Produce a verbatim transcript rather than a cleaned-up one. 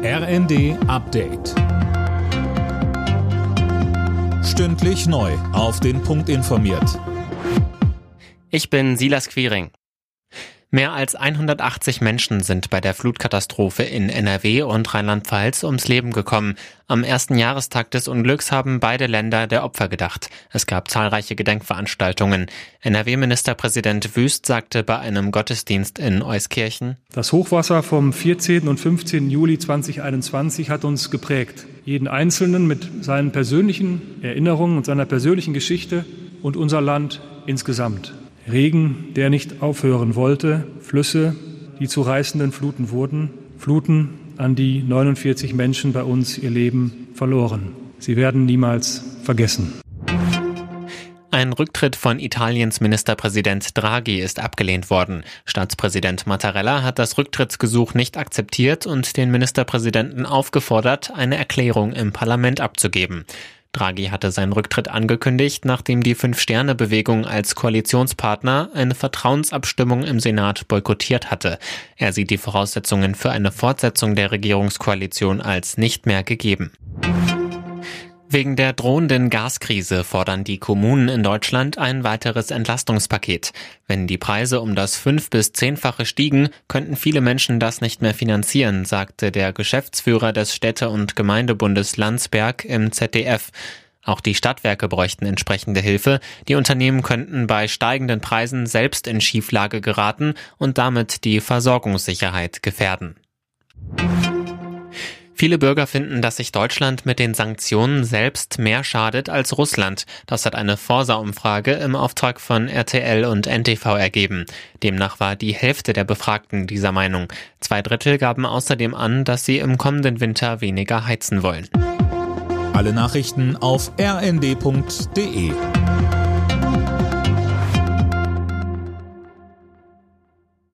R N D Update. Stündlich neu auf den Punkt informiert. Ich bin Silas Quiring. Mehr als hundertachtzig Menschen sind bei der Flutkatastrophe in N R W und Rheinland-Pfalz ums Leben gekommen. Am ersten Jahrestag des Unglücks haben beide Länder der Opfer gedacht. Es gab zahlreiche Gedenkveranstaltungen. N R W-Ministerpräsident Wüst sagte bei einem Gottesdienst in Euskirchen: Das Hochwasser vom vierzehnten und fünfzehnten Juli zweitausendeinundzwanzig hat uns geprägt. Jeden Einzelnen mit seinen persönlichen Erinnerungen und seiner persönlichen Geschichte und unser Land insgesamt. Regen, der nicht aufhören wollte, Flüsse, die zu reißenden Fluten wurden, Fluten, an die neunundvierzig Menschen bei uns ihr Leben verloren. Sie werden niemals vergessen. Ein Rücktritt von Italiens Ministerpräsident Draghi ist abgelehnt worden. Staatspräsident Mattarella hat das Rücktrittsgesuch nicht akzeptiert und den Ministerpräsidenten aufgefordert, eine Erklärung im Parlament abzugeben. Draghi hatte seinen Rücktritt angekündigt, nachdem die Fünf-Sterne-Bewegung als Koalitionspartner eine Vertrauensabstimmung im Senat boykottiert hatte. Er sieht die Voraussetzungen für eine Fortsetzung der Regierungskoalition als nicht mehr gegeben. Wegen der drohenden Gaskrise fordern die Kommunen in Deutschland ein weiteres Entlastungspaket. Wenn die Preise um das fünf- bis zehnfache stiegen, könnten viele Menschen das nicht mehr finanzieren, sagte der Geschäftsführer des Städte- und Gemeindebundes Landsberg im Z D F. Auch die Stadtwerke bräuchten entsprechende Hilfe. Die Unternehmen könnten bei steigenden Preisen selbst in Schieflage geraten und damit die Versorgungssicherheit gefährden. Viele Bürger finden, dass sich Deutschland mit den Sanktionen selbst mehr schadet als Russland. Das hat eine Forsa-Umfrage im Auftrag von R T L und N T V ergeben. Demnach war die Hälfte der Befragten dieser Meinung. Zwei Drittel gaben außerdem an, dass sie im kommenden Winter weniger heizen wollen. Alle Nachrichten auf r n d punkt d e.